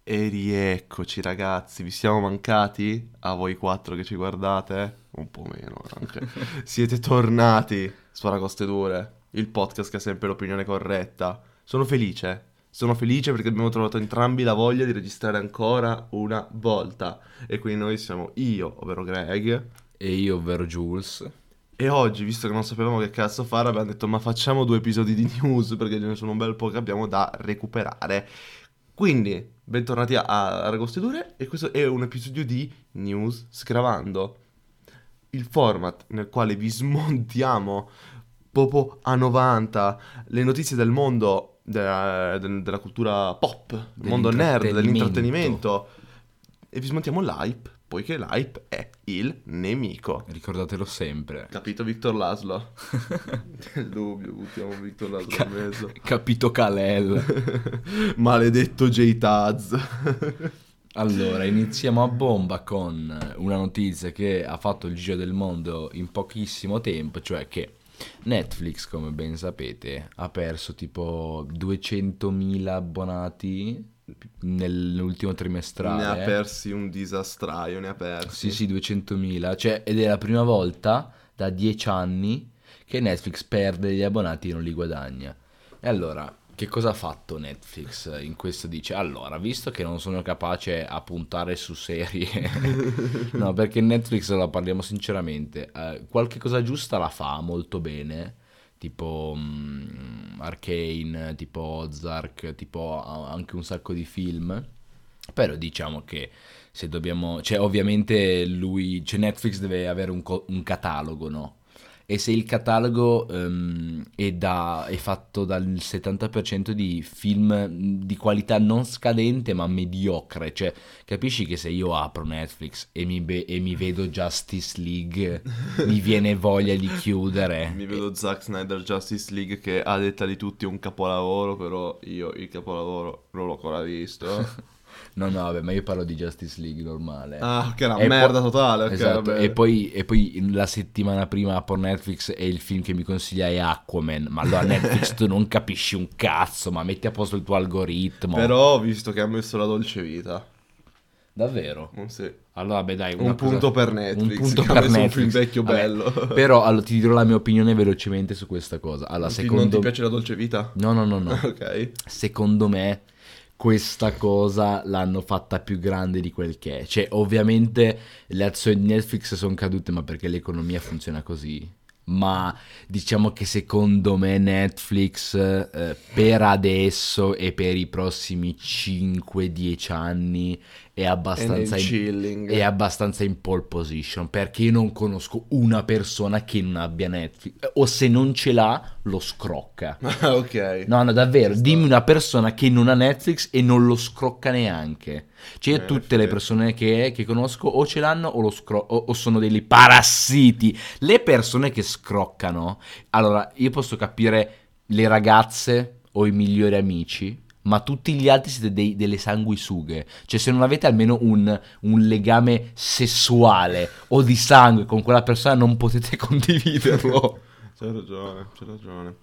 E rieccoci ragazzi, vi siamo mancati? A voi quattro che ci guardate? Un po' meno anche. Siete tornati su Aragoste Dure, il podcast che ha sempre l'opinione corretta. Sono felice perché abbiamo trovato entrambi la voglia di registrare ancora una volta. E quindi noi siamo io, ovvero Greg. E io, ovvero Jules. E oggi, visto che non sapevamo che cazzo fare, abbiamo detto ma facciamo 2 episodi di news perché ce ne sono un bel po' che abbiamo da recuperare. Quindi, bentornati a Aragoste Dure e questo è un episodio di News Scravando, il format nel quale vi smontiamo proprio a 90 le notizie del mondo della cultura pop, del mondo nerd, dell'intrattenimento e vi smontiamo l'hype, poiché l'hype è il nemico. Ricordatelo sempre. Capito Victor Laszlo? Nel dubbio, buttiamo Victor Laszlo in mezzo. Capito Kalel. Maledetto J-Taz. Allora, iniziamo a bomba con una notizia che ha fatto il giro del mondo in pochissimo tempo, cioè che Netflix, come ben sapete, ha perso tipo 200.000 abbonati nell'ultimo trimestrale. Ne ha persi un disastraio, ne ha persi. Sì, 200.000, cioè, ed è la prima volta da 10 anni che Netflix perde gli abbonati e non li guadagna. E allora, che cosa ha fatto Netflix in questo? Dice, allora, visto che non sono capace a puntare su serie, no, perché Netflix, la parliamo sinceramente, qualche cosa giusta la fa molto bene, tipo Arcane, tipo Ozark, tipo anche un sacco di film, però diciamo che se dobbiamo, cioè ovviamente cioè Netflix deve avere un catalogo, no? E se il catalogo è fatto dal 70% di film di qualità non scadente ma mediocre, cioè capisci che se io apro Netflix e mi vedo Justice League mi viene voglia di chiudere. Mi vedo Zack Snyder Justice League che a detta di tutti è un capolavoro, però io il capolavoro non l'ho ancora visto. No, vabbè, ma io parlo di Justice League normale. Ah, che era E merda totale, ok, esatto, vabbè. e poi la settimana prima apro Netflix e il film che mi consiglia è Aquaman. Ma allora Netflix tu non capisci un cazzo, ma metti a posto il tuo algoritmo. Però ho visto che ha messo la dolce vita. Davvero? Sì. Allora, beh, dai, Un punto per Netflix, un punto che ha per messo un Netflix. film vecchio Vabbè, bello. Però allora, ti dirò la mia opinione velocemente su questa cosa. Allora, Non ti piace la dolce vita? No. Ok. Secondo me questa cosa l'hanno fatta più grande di quel che è. Cioè, ovviamente le azioni di Netflix sono cadute, ma perché l'economia funziona così. Ma diciamo che secondo me Netflix per adesso e per i prossimi 5-10 anni è abbastanza, è abbastanza in pole position, perché io non conosco una persona che non abbia Netflix, o se non ce l'ha lo scrocca. Ah, ok. No, davvero, Ci sta. dimmi una persona che non ha Netflix e non lo scrocca neanche. Cioè, In tutte le effetti. persone che conosco o ce l'hanno o sono dei parassiti. Le persone che scroccano, allora, io posso capire le ragazze o i migliori amici, ma tutti gli altri siete delle sanguisughe. Cioè, se non avete almeno un legame sessuale o di sangue con quella persona, non potete condividerlo. C'hai ragione, c'hai ragione.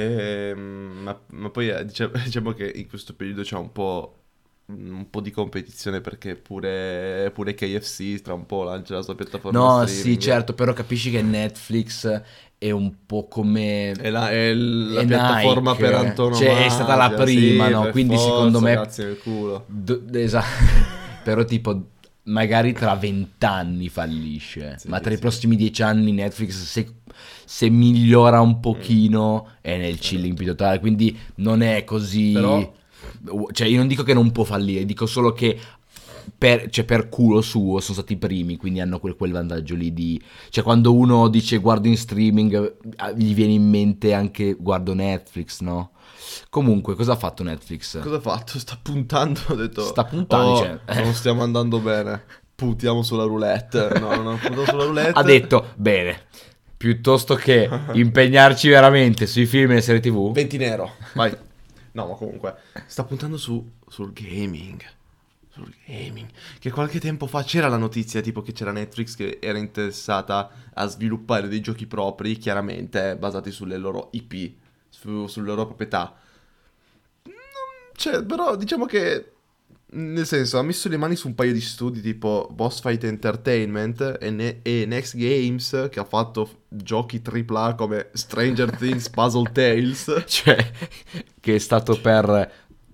Ma poi diciamo che in questo periodo c'è un po' di competizione perché pure KFC tra un po' lancia la sua piattaforma No, sì, streaming. certo, però capisci che Netflix è un po' come È la è piattaforma Nike, per antonomasia. cioè è stata la prima, Sì, no? per Quindi secondo forza, me cazzi nel culo. esatto. Però tipo magari tra 20 anni fallisce, Sì, ma tra i sì. prossimi 10 anni Netflix se migliora un pochino è nel chilling più totale, quindi non è così. Però Cioè io non dico che non può fallire, dico solo che per culo suo sono stati i primi, quindi hanno quel vantaggio lì di. Cioè quando uno dice guardo in streaming, gli viene in mente anche guardo Netflix, no? Comunque, cosa ha fatto Netflix? cosa ha fatto? Sta puntando, ho detto, Sta puntando, cioè, non stiamo andando bene. Puntiamo sulla roulette. No, non puntiamo sulla roulette. ha detto, bene, piuttosto che impegnarci veramente sui film e le serie TV, 20 nero, vai. No, ma comunque, sta puntando sul gaming. Sul gaming. Che qualche tempo fa c'era la notizia, tipo che c'era Netflix che era interessata a sviluppare dei giochi propri, chiaramente basati sulle loro IP, sulle loro proprietà. Cioè, però diciamo che Nel senso, ha messo le mani su un paio di studi tipo Boss Fight Entertainment e Next Games, che ha fatto giochi AAA come Stranger Things Puzzle Tales. Cioè, che è stato per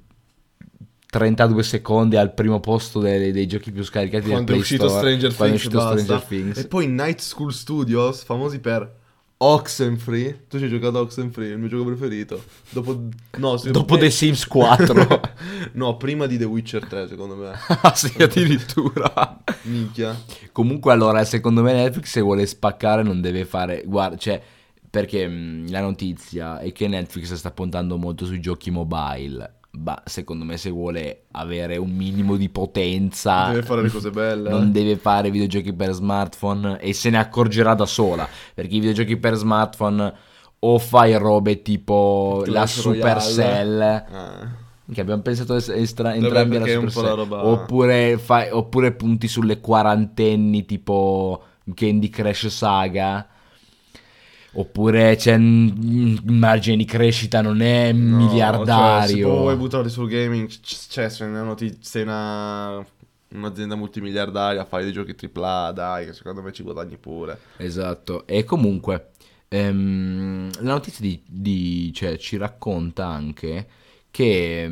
32 secondi al primo posto dei giochi più scaricati del Quando è Play uscito Store, Stranger quando è Things, uscito basta. Stranger Things. E poi Night School Studios, famosi per Oxenfree. Tu ci hai giocato a Oxenfree, il mio gioco preferito. Dopo The Sims 4. No, prima di The Witcher 3, secondo me. Ah, sì, addirittura. Minchia. Comunque, allora, secondo me Netflix, se vuole spaccare, non deve fare... Guarda, cioè, perché la notizia è che Netflix sta puntando molto sui giochi mobile. Ma secondo me, se vuole avere un minimo di potenza, Deve fare le cose belle. non deve fare videogiochi per smartphone, e se ne accorgerà da sola. Perché i videogiochi per smartphone o fai robe tipo la Clash Supercell, Royale. che abbiamo pensato entrambi perché alla è un po' la Supercell, roba- oppure punti sulle quarantenni tipo Candy Crush Saga, oppure c'è un margine di crescita non è No, Cioè, se miliardario. poi vuoi buttarli sul gaming, cioè, sei un'azienda multimiliardaria, fai dei giochi AAA, dai, che secondo me ci guadagni pure. Esatto. E comunque la notizia cioè, ci racconta anche che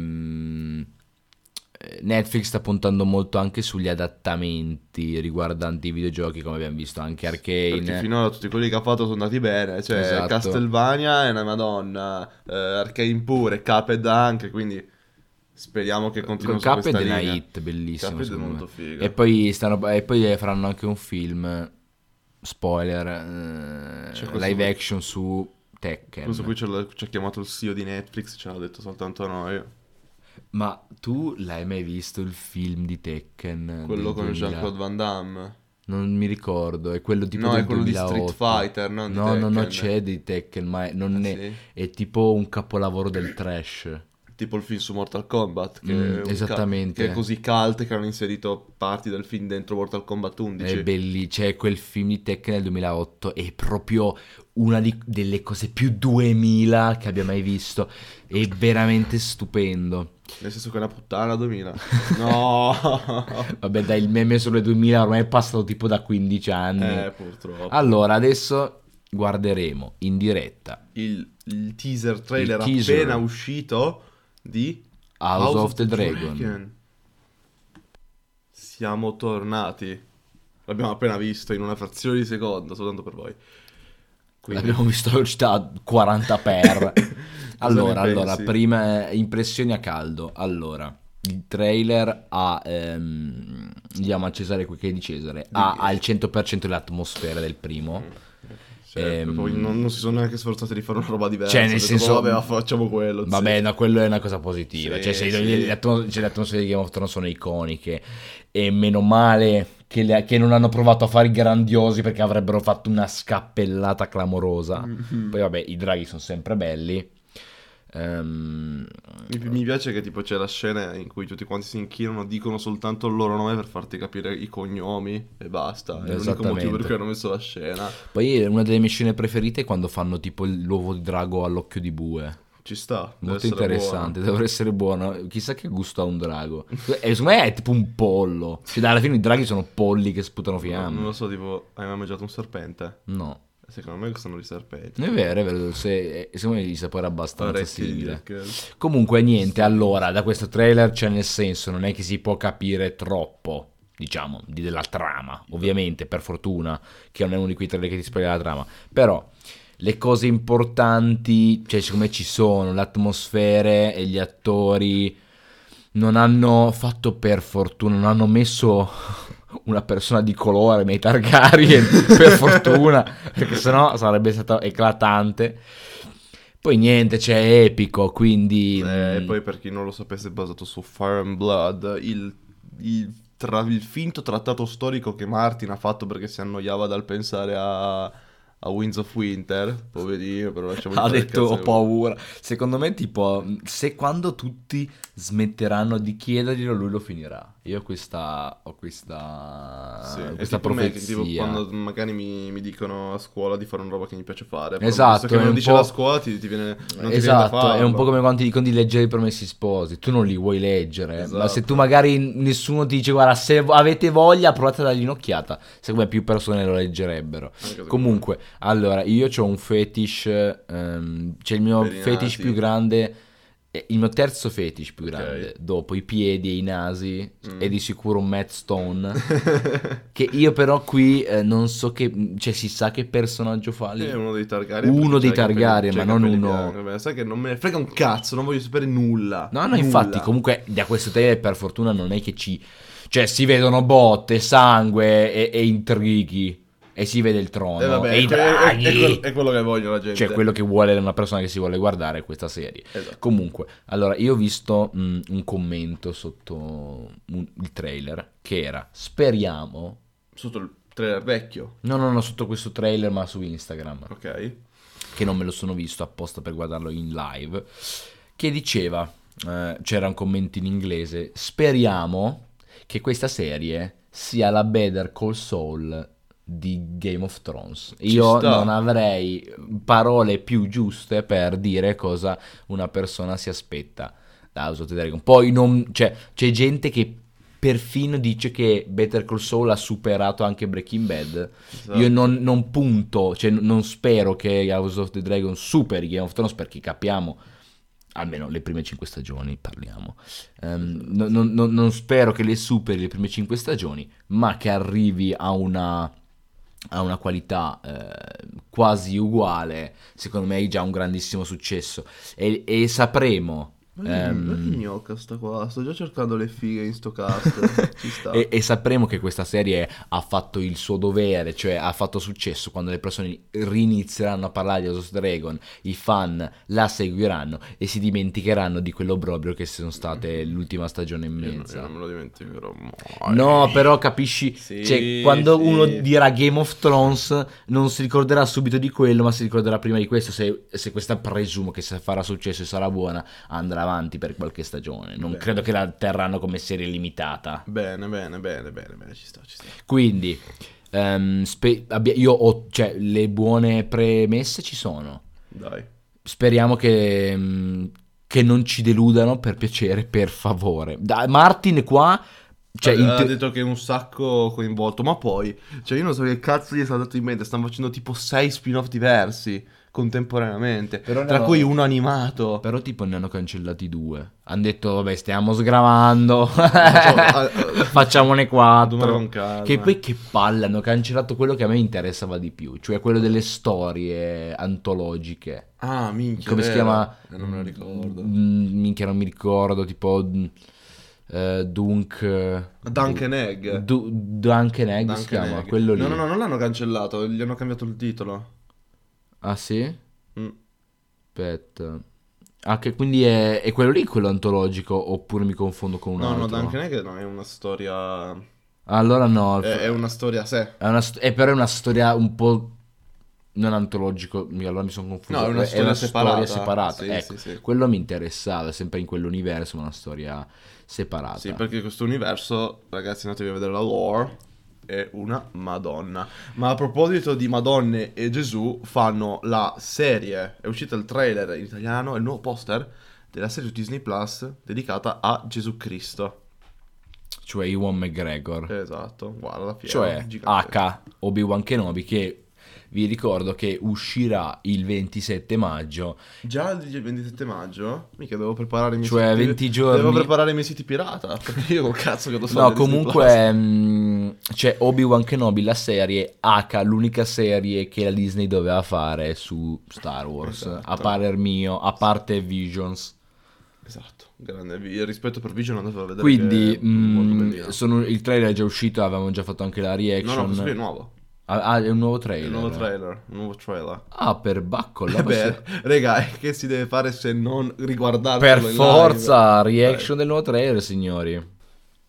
Netflix sta puntando molto anche sugli adattamenti riguardanti i videogiochi, come abbiamo visto anche Perché Arcane. finora tutti quelli che ha fatto sono andati bene, cioè Esatto. Castlevania è una madonna, Arcane pure, Cuphead anche, quindi speriamo che continuino su Cuphead questa è una linea. hit, bellissimo. Cuphead è secondo molto me. figa. E poi faranno anche un film, spoiler, C'è questo live qui. action su Tekken. Questo qui ci ha chiamato il CEO di Netflix, ce l'ha detto soltanto a noi. Ma tu l'hai mai visto il film di Tekken? Quello del con 2000? Jean-Claude Van Damme. Non mi ricordo, è quello tipo No, del è quello di 2008. Street Fighter, non di No, Tekken. c'è di Tekken, ma non Ah, è, sì? è tipo un capolavoro del trash. Tipo il film su Mortal Kombat, che, è un esattamente. che è così cult che hanno inserito parti del film dentro Mortal Kombat 11. È belli, c'è quel film di Tekken del 2008, è proprio una delle cose più 2000 che abbia mai visto, è veramente stupendo. Nel senso che è una puttana 2000. No! Vabbè dai, il meme sulle 2000 ormai è passato tipo da 15 anni. Purtroppo. Allora, adesso guarderemo in diretta Il teaser trailer Il teaser. appena uscito di House of the Dragon. Siamo tornati. L'abbiamo appena visto in una frazione di secondo, soltanto per voi. Quindi, L'abbiamo visto a velocità 40x. Cosa ne allora, pensi? prima impressioni a caldo. Allora, il trailer ha, diamo a Cesare quel che è di Cesare, ha il 100% dell'atmosfera del primo. cioè, poi non si sono neanche sforzati di fare una roba diversa. Cioè, nel Ho detto, senso, vabbè, facciamo quello. Vabbè, sì. no, quello è una cosa positiva. Sì, Cioè, sì. le atmosfere di Game of Thrones sono iconiche. E meno male che non hanno provato a fare i grandiosi, perché avrebbero fatto una scappellata clamorosa. Poi, vabbè, i draghi sono sempre belli. Mi piace che tipo c'è la scena in cui tutti quanti si inchinano, dicono soltanto il loro nome per farti capire i cognomi e basta. È l'unico Esattamente. motivo per cui hanno messo la scena. Poi una delle mie scene preferite è quando fanno tipo l'uovo di drago all'occhio di bue. Ci sta. deve Molto essere interessante, buono. deve essere buono. Chissà che gusto ha un drago. E secondo me è tipo un pollo. Cioè, alla fine i draghi sono polli che sputano Non fiamme. lo so, tipo, hai mai mangiato un serpente? No. Secondo me sono i serpenti. È vero. Secondo me il sapore è abbastanza Parecchi simile. che- Comunque niente, allora, da questo trailer c'è, nel senso, non è che si può capire troppo, diciamo, della trama. Ovviamente, per fortuna, che non è uno di quei trailer che ti spiega la trama. Però le cose importanti, cioè secondo me ci sono, le atmosfere e gli attori non hanno fatto, per fortuna, non hanno messo una persona di colore nei Targaryen, per fortuna, perché sennò sarebbe stato eclatante. Poi niente, c'è epico, quindi E poi per chi non lo sapesse è basato su Fire and Blood, il finto trattato storico che Martin ha fatto perché si annoiava dal pensare a Winds of Winter, poverino, però lasciamo Ha fare il detto cazzo ho che paura. Secondo me, tipo, se quando tutti smetteranno di chiederglielo, lui lo finirà. Io ho questa Sì, è questa tipo me, che tipo profezia. quando magari mi dicono a scuola di fare una roba che mi piace fare, però Esatto, visto che me è lo un dice po'- la scuola non ti viene da Esatto, è un po' farlo. come quando ti dicono di leggere i Promessi Sposi, tu non li vuoi leggere, ma se tu Esatto. magari nessuno ti dice guarda se avete voglia provate a dargli un'occhiata, secondo me più persone lo leggerebbe. Anche secondo Comunque, allora, io ho un fetish, c'è il mio Per i fetish nasi. più grande, il mio terzo fetish più Ok. grande, dopo i piedi e i nasi, Mm. è di sicuro un Matt Stone, che io però qui non so che, cioè si sa che personaggio fa lì. È uno dei Targaryen. Uno perché dei c'ha i capelli- Targaryen, c'ha ma i non capelli uno... bianchi. Vabbè, sai che non me ne frega un cazzo, non voglio sapere nulla. No, Nulla. infatti, comunque da questo trailer per fortuna non è che ci... Cioè, si vedono botte, sangue e intrighi. E si vede il trono. Vabbè, E i draghi. è quello che voglio la gente. Cioè, quello che vuole una persona che si vuole guardare questa serie. Esatto. Comunque, allora, io ho visto un commento sotto il trailer che era, speriamo... Sotto il trailer vecchio. No, sotto questo trailer, ma su Instagram. Ok. Che non me lo sono visto apposta per guardarlo in live, che diceva, c'era un commento in inglese, speriamo che questa serie sia la Better Call Saul di Game of Thrones. Io sta. non avrei parole più giuste per dire cosa una persona si aspetta da House of the Dragon. Poi cioè, c'è gente che perfino dice che Better Call Saul ha superato anche Breaking Bad. Esatto. Io non punto, cioè non spero che House of the Dragon superi Game of Thrones perché capiamo, almeno le prime 5 stagioni parliamo, non spero che le superi le prime 5 stagioni, ma che arrivi a una qualità quasi uguale, secondo me è già un grandissimo successo e sapremo... Ma che gnocca sta qua, sto già cercando le fighe in sto cast. Ci sta. E sapremo che questa serie ha fatto il suo dovere, cioè ha fatto successo quando le persone rinizieranno a parlare di House of the Dragon, i fan la seguiranno e si dimenticheranno di quell'obbrobrio che sono state l'ultima stagione e Io mezza. non me lo dimenticherò mai. No, però capisci, Sì, cioè, quando sì. uno dirà Game of Thrones non si ricorderà subito di quello, ma si ricorderà prima di questo. Se questa presumo che se farà successo e sarà buona, andrà avanti per qualche stagione. Non Bene. credo che la terranno come serie limitata. Bene, ci sta. Quindi, io ho, cioè, le buone premesse ci sono. Dai. Speriamo che non ci deludano, per piacere, per favore. Martin qua... Cioè, ha detto che è un sacco coinvolto, ma poi, cioè io non so che cazzo gli è stato in mente, stanno facendo tipo 6 spin-off diversi contemporaneamente, Però tra no. cui uno animato. Però tipo ne hanno cancellati 2. Hanno detto vabbè stiamo sgravando, facciamone Domani 4. con calma. Che poi che palle, hanno cancellato quello che a me interessava di più, cioè quello delle storie antologiche. Ah, minchia, Come si vero? chiama? Non me lo ricordo. Minchia non mi ricordo, tipo Duncan Egg. Duncan Egg si Duncan chiama, Egg. quello lì. No, non l'hanno cancellato, gli hanno cambiato il titolo. Ah sì? Mm. Aspetta. Ah, che quindi è quello lì quello antologico oppure mi confondo con un No, altro? Duncan Egg no, è una storia... Allora no, È una storia a sé. però è una storia un po' non antologico, allora mi sono confuso. No, è una storia separata. separata. Sì, Ecco, sì. quello mi interessava, è sempre in quell'universo, ma una storia separata. Sì, perché questo universo, ragazzi, andatevi a vedere la lore, è una madonna. Ma a proposito di Madonne e Gesù, fanno la serie, è uscito il trailer in italiano, il nuovo poster della serie su Disney Plus dedicata a Gesù Cristo. Cioè Ewan McGregor. Esatto, guarda la fiera. Cioè gigantesca. H, Obi-Wan Kenobi, che vi ricordo che uscirà il 27 maggio. Già il 27 maggio? Mica devo preparare i miei Cioè, siti. 20 giorni. Devo preparare i miei siti pirata. Perché io col cazzo che lo so. No, comunque c'è Obi-Wan Kenobi, la serie H, l'unica serie che la Disney doveva fare su Star Wars, Esatto. a parer mio, a parte Visions. Esatto, grande. Il rispetto per Vision andato a vedere. Quindi che è molto bellino. il trailer è già uscito, avevamo già fatto anche la reaction. No, questo qui è nuovo. Ah, è un nuovo È trailer. un nuovo trailer. Ah, per bacco. Allora Beh, raga, che si deve fare se non riguardarlo per in forza, live? reaction del nuovo trailer, signori.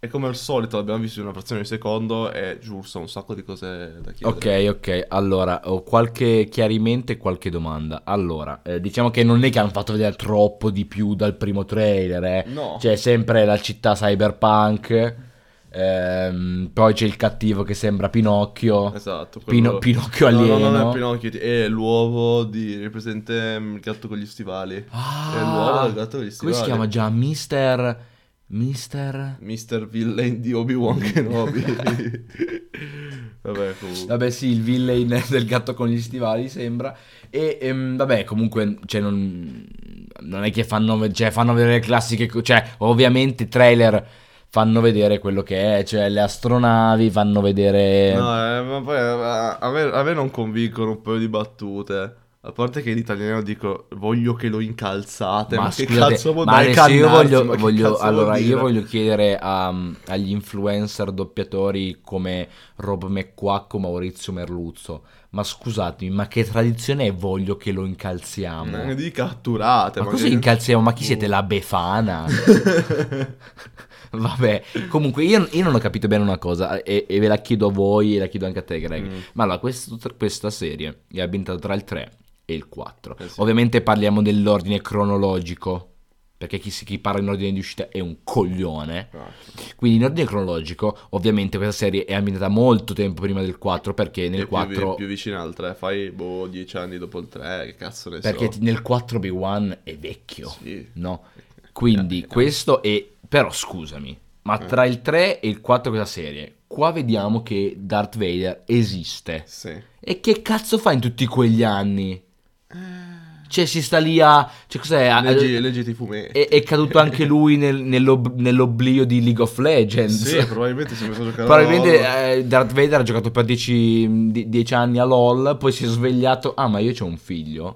E come al solito l'abbiamo visto in una frazione di secondo e giusto, un sacco di cose da chiedere. Ok, allora ho qualche chiarimento e qualche domanda. Allora, diciamo che non è che hanno fatto vedere troppo di più dal primo trailer, No. C'è sempre la città cyberpunk, poi c'è il cattivo che sembra Pinocchio, Esatto, Pinocchio No, alieno. non è Pinocchio, è l'uovo di presente il gatto con gli stivali. È l'uovo del gatto con gli Come stivali. si chiama già? Mister... Mr. Villain di Obi-Wan Kenobi. Vabbè, comunque. Vabbè sì, il villain del gatto con gli stivali sembra. E vabbè, comunque, cioè, non è che fanno vedere le classiche, cioè, ovviamente i trailer fanno vedere quello che è, cioè le astronavi, fanno vedere... No, ma poi a me non convincono un paio di battute. A parte che in italiano dico voglio che lo incalzate, ma che scusate, cazzo vuol ma dire adesso io cannarsi, ma che voglio cazzo allora vuol io dire? voglio chiedere agli influencer doppiatori come Rob McQuack o Maurizio Merluzzo, ma scusatemi, ma che tradizione è voglio che lo incalziamo? Di catturate. Ma cosa che- incalziamo? Ma chi siete, la Befana? Vabbè, comunque io non ho capito bene una cosa e ve la chiedo a voi e la chiedo anche a te, Greg. Ma allora, questa serie è ambientata tra il 3 e il 4. Sì. Ovviamente parliamo dell'ordine cronologico, perché chi parla in ordine di uscita è un coglione. Quindi in ordine cronologico, ovviamente questa serie è ambientata molto tempo prima del 4, perché nel È 4... più vicino al 3, fai 10 anni dopo il 3, che cazzo ne Perché so. nel 4 Obi-Wan è vecchio, Sì. no? Quindi questo è... Però scusami, ma tra il 3 e il 4 questa serie, qua vediamo che Darth Vader esiste. Sì. E che cazzo fa in tutti quegli anni? Cioè si sta lì a... Cioè cos'è? Leggiti i fumetti. È caduto anche lui nell'oblio di League of Legends. Sì, probabilmente si è messo a giocare a Probabilmente LOL. Darth Vader ha giocato per 10 anni a LOL, poi si è svegliato. Ah, ma io c'ho un figlio.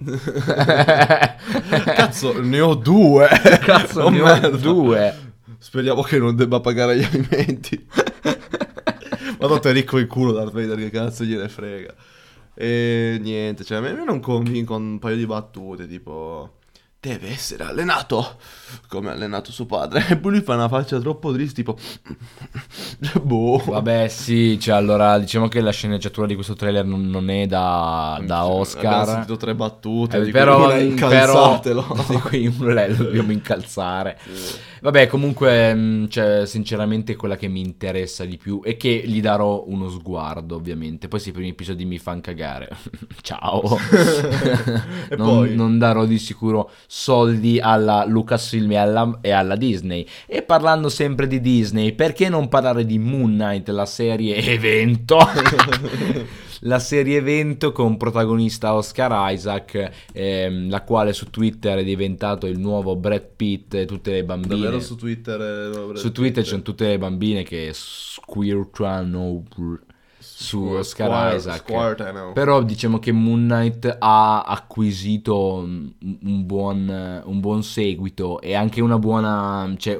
Cazzo, ne ho 2. Cazzo, Oh, ne ho merda. 2. Speriamo che non debba pagare gli alimenti. Ma tanto è ricco il culo Darth Vader, che cazzo gliene frega. E niente, cioè a me non convincono un paio di battute, tipo... Deve essere allenato come ha allenato suo padre. E poi lui fa una faccia troppo triste, tipo... Boh. Vabbè, sì, cioè allora diciamo che la sceneggiatura di questo trailer non è da Abbiamo Oscar. sentito 3 battute, di Però, cui una incalzatelo. di cui uno lo dobbiamo incalzare. Vabbè, comunque, cioè, sinceramente quella che mi interessa di più è che gli darò uno sguardo, ovviamente. Poi se i primi episodi mi fanno cagare, ciao. E poi? Non darò di sicuro soldi alla Lucasfilm e alla Disney. E parlando sempre di Disney, perché non parlare di Moon Knight, la serie evento? La serie evento con protagonista Oscar Isaac, la quale su Twitter è diventato il nuovo Brad Pitt e tutte le bambine. Davvero su Twitter? Su Twitter c'è tutte le bambine che squirtano su Oscar Isaac. Però diciamo che Moon Knight ha acquisito un buon seguito e anche una buona, cioè,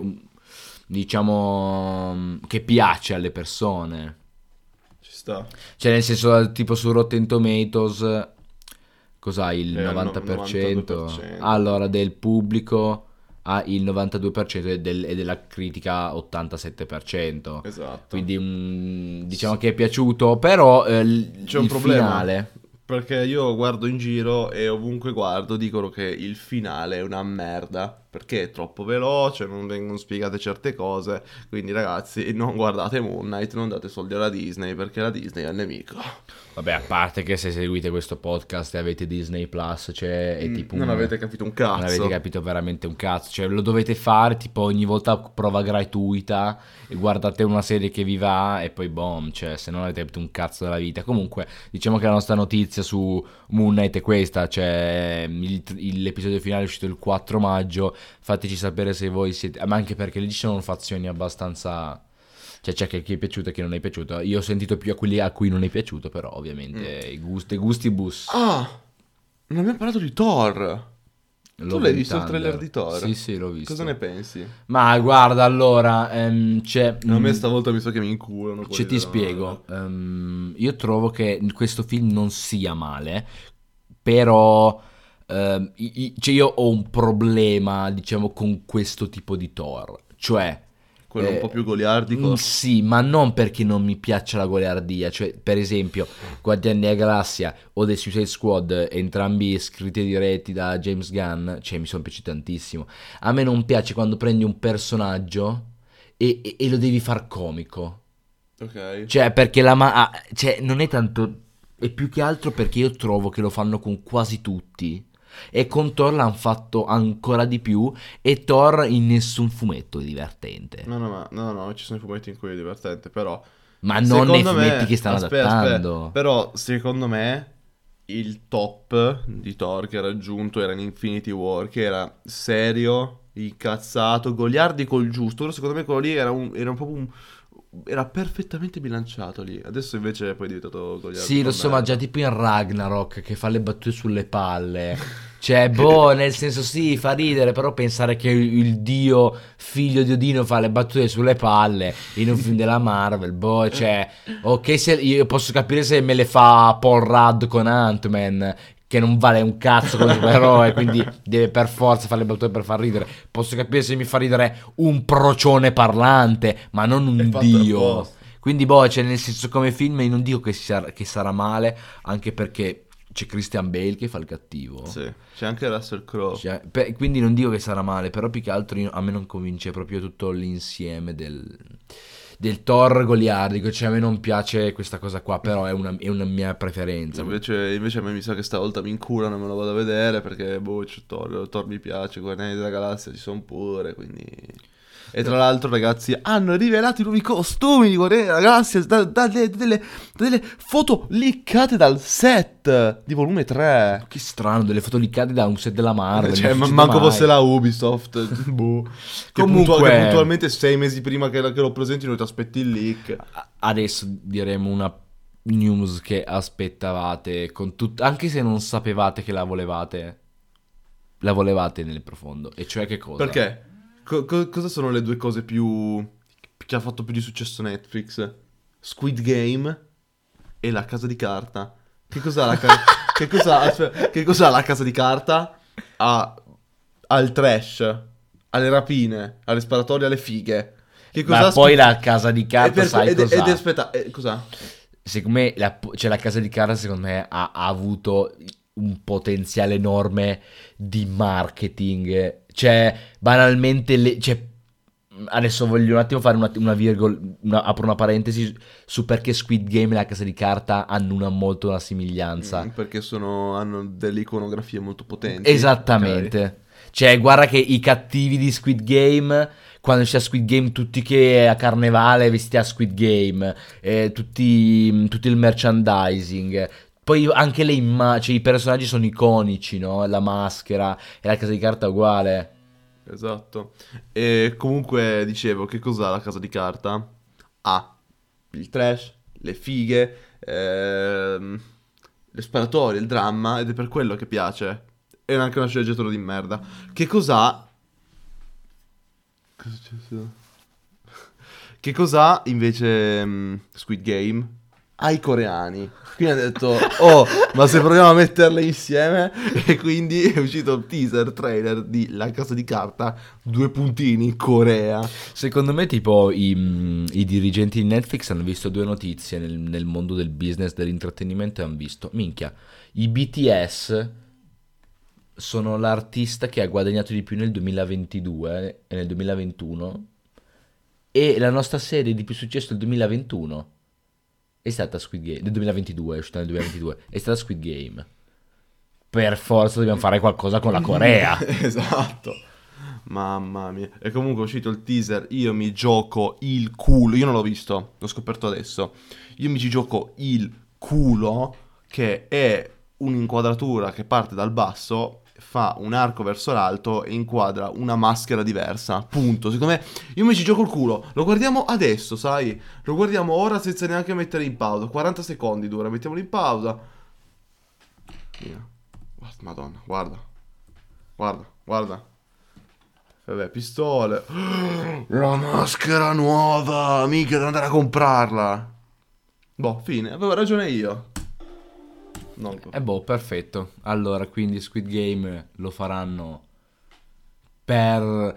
diciamo che piace alle persone. Ci sta. Cioè nel senso tipo su Rotten Tomatoes cos'ha il 90%? 92%. Allora del pubblico ha il 92% e della critica 87%. Esatto. Quindi diciamo che è piaciuto, però C'è un il problema. finale... Perché io guardo in giro e ovunque guardo dicono che il finale è una merda. Perché è troppo veloce, non vengono spiegate certe cose. Quindi ragazzi, non guardate Moon Knight, non date soldi alla Disney, perché la Disney è il nemico. Vabbè, a parte che se seguite questo podcast e avete Disney Plus, cioè è tipo Non avete capito un cazzo. non avete capito veramente un cazzo. Cioè lo dovete fare tipo ogni volta prova gratuita e guardate una serie che vi va e poi boom, cioè se non avete capito un cazzo della vita. Comunque diciamo che la nostra notizia su Moon Knight è questa, cioè l'episodio finale è uscito il 4 maggio. Fateci sapere se voi siete, ma anche perché lì ci sono fazioni abbastanza, cioè c'è chi è piaciuto e chi non è piaciuto. Io ho sentito più a quelli a cui non è piaciuto, però ovviamente i gusti bus. Ah, non abbiamo parlato di Thor. Tu l'hai visto il trailer di Thor? Sì, l'ho visto. Cosa ne pensi? Ma guarda, allora, c'è... A me stavolta mi sa che mi inculano. Cioè, ti spiego. Io trovo che questo film non sia male, però... cioè io ho un problema, diciamo, con questo tipo di Thor. Cioè, quello un po' più goliardico. Sì, ma non perché non mi piaccia la goliardia. Cioè, per esempio, Guardiani della Galassia o The Suicide Squad, entrambi scritti e diretti da James Gunn, cioè mi sono piaciuti tantissimo. A me non piace quando prendi un personaggio e lo devi far comico. Ok. Cioè, perché cioè, non è tanto. È più che altro perché io trovo che lo fanno con quasi tutti. E con Thor l'hanno fatto ancora di più. E Thor in nessun fumetto è divertente. No, ci sono i fumetti in cui è divertente, però Ma non nei secondo fumetti me, che stanno adattando. però secondo me il top di Thor che ha raggiunto era in Infinity War, che era serio, incazzato, goliardico il giusto. Ora secondo me quello lì era proprio era perfettamente bilanciato lì. Adesso invece poi è diventato goliardico. Sì, lo so, ma già merda. tipo in Ragnarok che fa le battute sulle palle. Cioè, boh, nel senso sì, fa ridere, però pensare che il dio, figlio di Odino, fa le battute sulle palle in un film della Marvel, boh, cioè, ok, se io posso capire se me le fa Paul Rudd con Ant-Man, che non vale un cazzo come supereroe, quindi deve per forza fare le battute per far ridere. Posso capire se mi fa ridere un procione parlante, ma non È un fatto dio. apposta. Quindi, boh, cioè, nel senso, come film, io non dico che sarà male, anche perché c'è Christian Bale che fa il cattivo. Sì, c'è anche Russell Crowe. Cioè, quindi non dico che sarà male, però più che altro a me non convince proprio tutto l'insieme del Thor goliardico. Cioè, a me non piace questa cosa qua, però è una mia preferenza. Invece a me mi sa che stavolta mi inculano e me lo vado a vedere perché boh, c'è Thor mi piace, Guardiani della Galassia ci sono pure, quindi... E tra l'altro ragazzi hanno rivelato i nuovi costumi di Guardiani della Galassia delle foto leakate dal set di volume 3. Che strano, delle foto leakate da un set della Marvel. Cioè, non succede manco mai. fosse la Ubisoft. Boh. Comunque- Che puntualmente 6 mesi prima che lo presentino ti aspetti il leak. Adesso diremo una news che aspettavate anche se non sapevate che la volevate nel profondo. E cioè che cosa? Perché? Cosa sono le due cose più... che ha fatto più di successo Netflix? Squid Game e La Casa di Carta. Che cos'ha la che cos'ha La Casa di Carta? Al trash, alle rapine, alle sparatorie, alle fighe. Che Ma cos'ha poi Squid- la casa di carta, sai cos'ha? aspetta, cos'ha? Secondo me la casa di carta secondo me ha avuto un potenziale enorme di marketing. Cioè, banalmente, cioè, adesso voglio un attimo fare una virgola, apro una parentesi su perché Squid Game e la casa di carta hanno molto una somiglianza. Perché hanno delle iconografie molto potenti. Esattamente. Ok. Cioè, guarda che i cattivi di Squid Game, quando c'è Squid Game, tutti che a carnevale vestiti a Squid Game, tutto il merchandising. Poi anche cioè, i personaggi sono iconici, no? La maschera e la casa di carta è uguale. Esatto. E comunque dicevo, che cos'ha La Casa di Carta? Ha il trash, le fighe, le sparatorie, il dramma, ed è per quello che piace. È anche una sceneggiatura di merda. Che cos'ha? Cosa c'è stato? Che cos'ha invece Squid Game? Ai coreani. Quindi ha detto, oh, ma se proviamo a metterle insieme? E quindi è uscito il teaser trailer di La Casa di Carta, 2 puntini, Corea. Secondo me, tipo, i dirigenti di Netflix hanno visto due notizie nel mondo del business, dell'intrattenimento, e hanno visto, minchia, i BTS sono l'artista che ha guadagnato di più nel 2022 e nel 2021, e la nostra serie di più successo del 2021 è stata Squid Game. Del 2022, è uscita nel 2022, è stata Squid Game. Per forza dobbiamo fare qualcosa con la Corea. Esatto. Mamma mia. E comunque è uscito il teaser, io mi gioco il culo. Io non l'ho visto, l'ho scoperto adesso. Io mi ci gioco il culo, che è un'inquadratura che parte dal basso, fa un arco verso l'alto e inquadra una maschera diversa. Punto. Secondo me, io mi ci gioco il culo. Lo guardiamo adesso, sai? Lo guardiamo ora senza neanche mettere in pausa. 40 secondi dura, mettiamolo in pausa. Via. Madonna, guarda. Guarda, guarda. Vabbè, pistole. La maschera nuova. Mica devo andare a comprarla. Boh, fine. Avevo ragione io. Non... Boh, perfetto. Allora, quindi Squid Game lo faranno per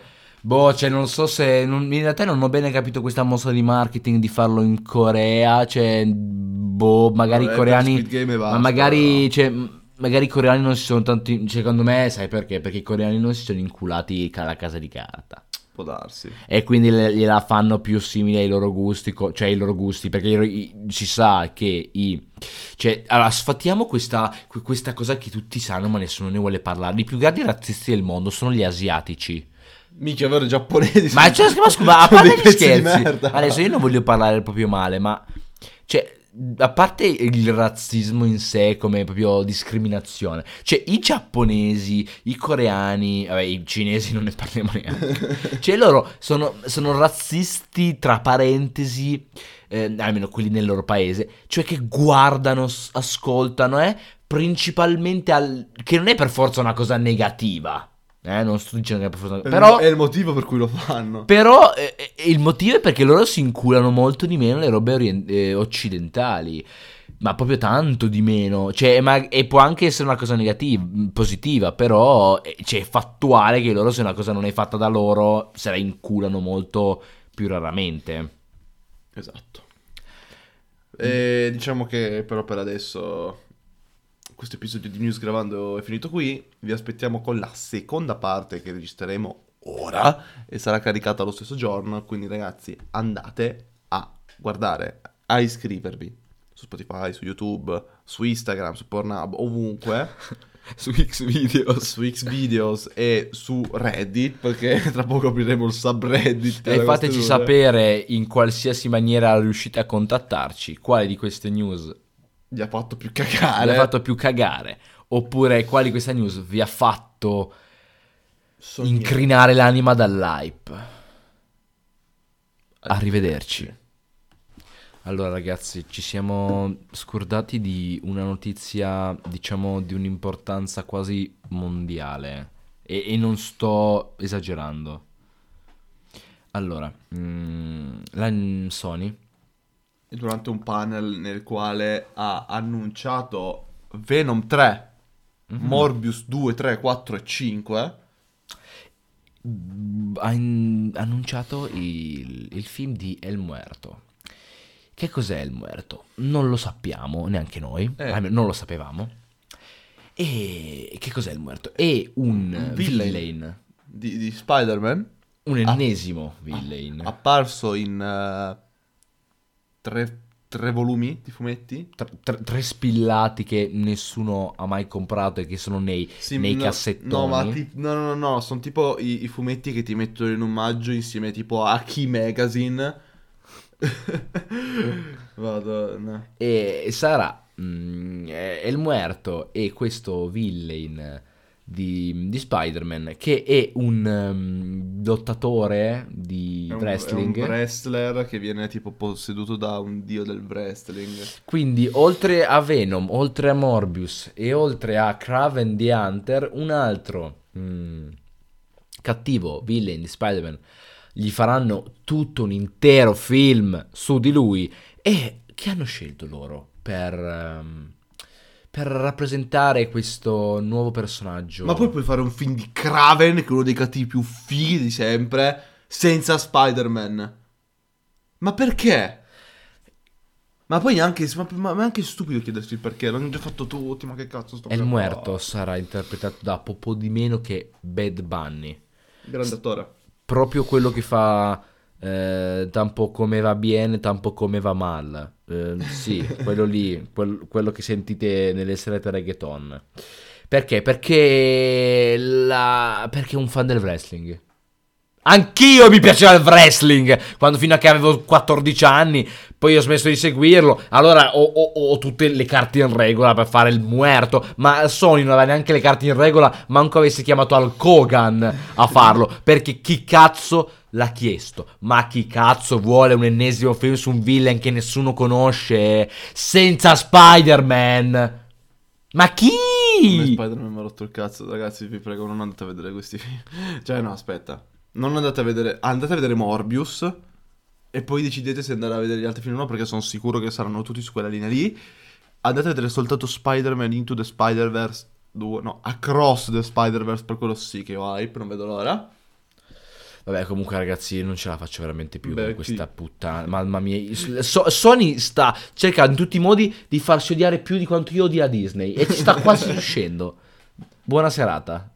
Boh, cioè non so se... in realtà non ho bene capito questa mossa di marketing di farlo in Corea, cioè... Boh, magari i Vabbè, per coreani... Squid Game e Ma basta, magari, però. cioè, magari i coreani non si sono tanto... Secondo me, sai perché? Perché i coreani non si sono inculati la casa di carta. Può darsi. E quindi gliela fanno più simile ai loro gusti, cioè ai loro gusti, perché si sa che i... Cioè, allora, sfattiamo questa cosa che tutti sanno ma nessuno ne vuole parlare. I più grandi razzisti del mondo sono gli asiatici. Mica vero, i giapponesi Ma, cioè, ma scusa, a sono parte dei gli pezzi di scherzi, merda. adesso io non voglio parlare proprio male, ma cioè, a parte il razzismo in sé come proprio discriminazione, cioè i giapponesi, i coreani, vabbè, i cinesi non ne parliamo neanche. Cioè loro sono razzisti tra parentesi, almeno quelli nel loro paese, cioè che guardano, ascoltano, principalmente che non è per forza una cosa negativa. Non sto dicendo che è per forza... Però È il motivo per cui lo fanno. però il motivo è perché loro si inculano molto di meno le robe occidentali, ma proprio tanto di meno. Cioè, e può anche essere una cosa negativa, positiva, però cioè, è fattuale che loro se una cosa non è fatta da loro se la inculano molto più raramente. Esatto. E diciamo che però per adesso questo episodio di News Gravando è finito qui. Vi aspettiamo con la seconda parte che registreremo ora e sarà caricata lo stesso giorno. Quindi ragazzi, andate a guardare, a iscrivervi su Spotify, su YouTube, su Instagram, su Pornhub, ovunque. Su X videos. Su Xvideos e su Reddit, perché tra poco apriremo il subreddit. E fateci sapere in qualsiasi maniera riuscite a contattarci quale di queste news Gli ha fatto più vi ha cagare. fatto più cagare, oppure quale di queste news vi ha fatto incrinare l'anima dall'hype. Arrivederci. Allora ragazzi, ci siamo scordati di una notizia, diciamo, di un'importanza quasi mondiale. E non sto esagerando. Allora, la Sony... Durante un panel nel quale ha annunciato Venom 3, Morbius 2, 3, 4 e 5. ha annunciato il film di El Muerto. Che cos'è El Muerto? Non lo sappiamo, neanche noi, almeno non lo sapevamo. E che cos'è El Muerto? È un villain di Spider-Man, un ennesimo villain, apparso in tre volumi di fumetti. tre spillati che nessuno ha mai comprato e che sono nei cassettoni. No, sono tipo i fumetti che ti mettono in omaggio insieme tipo a Key Magazine. Madonna. E sarà El Muerto e questo villain di Spider-Man, che è un lottatore di wrestling. È un wrestler che viene tipo posseduto da un dio del wrestling. Quindi oltre a Venom, oltre a Morbius e oltre a Kraven the Hunter, un altro cattivo villain di Spider-Man, gli faranno tutto un intero film su di lui. E che hanno scelto loro per rappresentare questo nuovo personaggio? Ma poi puoi fare un film di Kraven, che è uno dei cattivi più fighi di sempre, senza Spider-Man. Ma perché? Ma poi neanche, ma è anche stupido chiedersi il perché, l'hanno già fatto tutti, ma che cazzo sto El facendo? Muerto sarà interpretato da poco di meno che Bad Bunny. Grande attore. Proprio quello che fa tanto come va bene, tanto come va mal. Sì, quello lì, quello che sentite nelle serate reggaeton. Perché? Perché è un fan del wrestling. Anch'io mi piaceva il wrestling quando fino a che avevo 14 anni, poi ho smesso di seguirlo. Allora ho tutte le carte in regola per fare il muerto. Ma Sony non aveva neanche le carte in regola, manco avesse chiamato Hulk Hogan a farlo. Perché chi cazzo l'ha chiesto? Ma chi cazzo vuole un ennesimo film su un villain che nessuno conosce senza Spider-Man? Ma chi? Come Spider-Man mi ha rotto il cazzo, ragazzi, vi prego, non andate a vedere questi film. Cioè, no, aspetta. Non andate a vedere Morbius e poi decidete se andare a vedere gli altri film o no, perché sono sicuro che saranno tutti su quella linea lì. Andate a vedere soltanto Spider-Man Into the Spider-Verse 2, no, Across the Spider-Verse, per quello sì che ho hype, non vedo l'ora. Vabbè, comunque ragazzi, io non ce la faccio veramente più Beh, con questa puttana. Mamma mia, Sony sta cercando in tutti i modi di farsi odiare più di quanto io odia Disney e ci sta quasi riuscendo. Buona serata.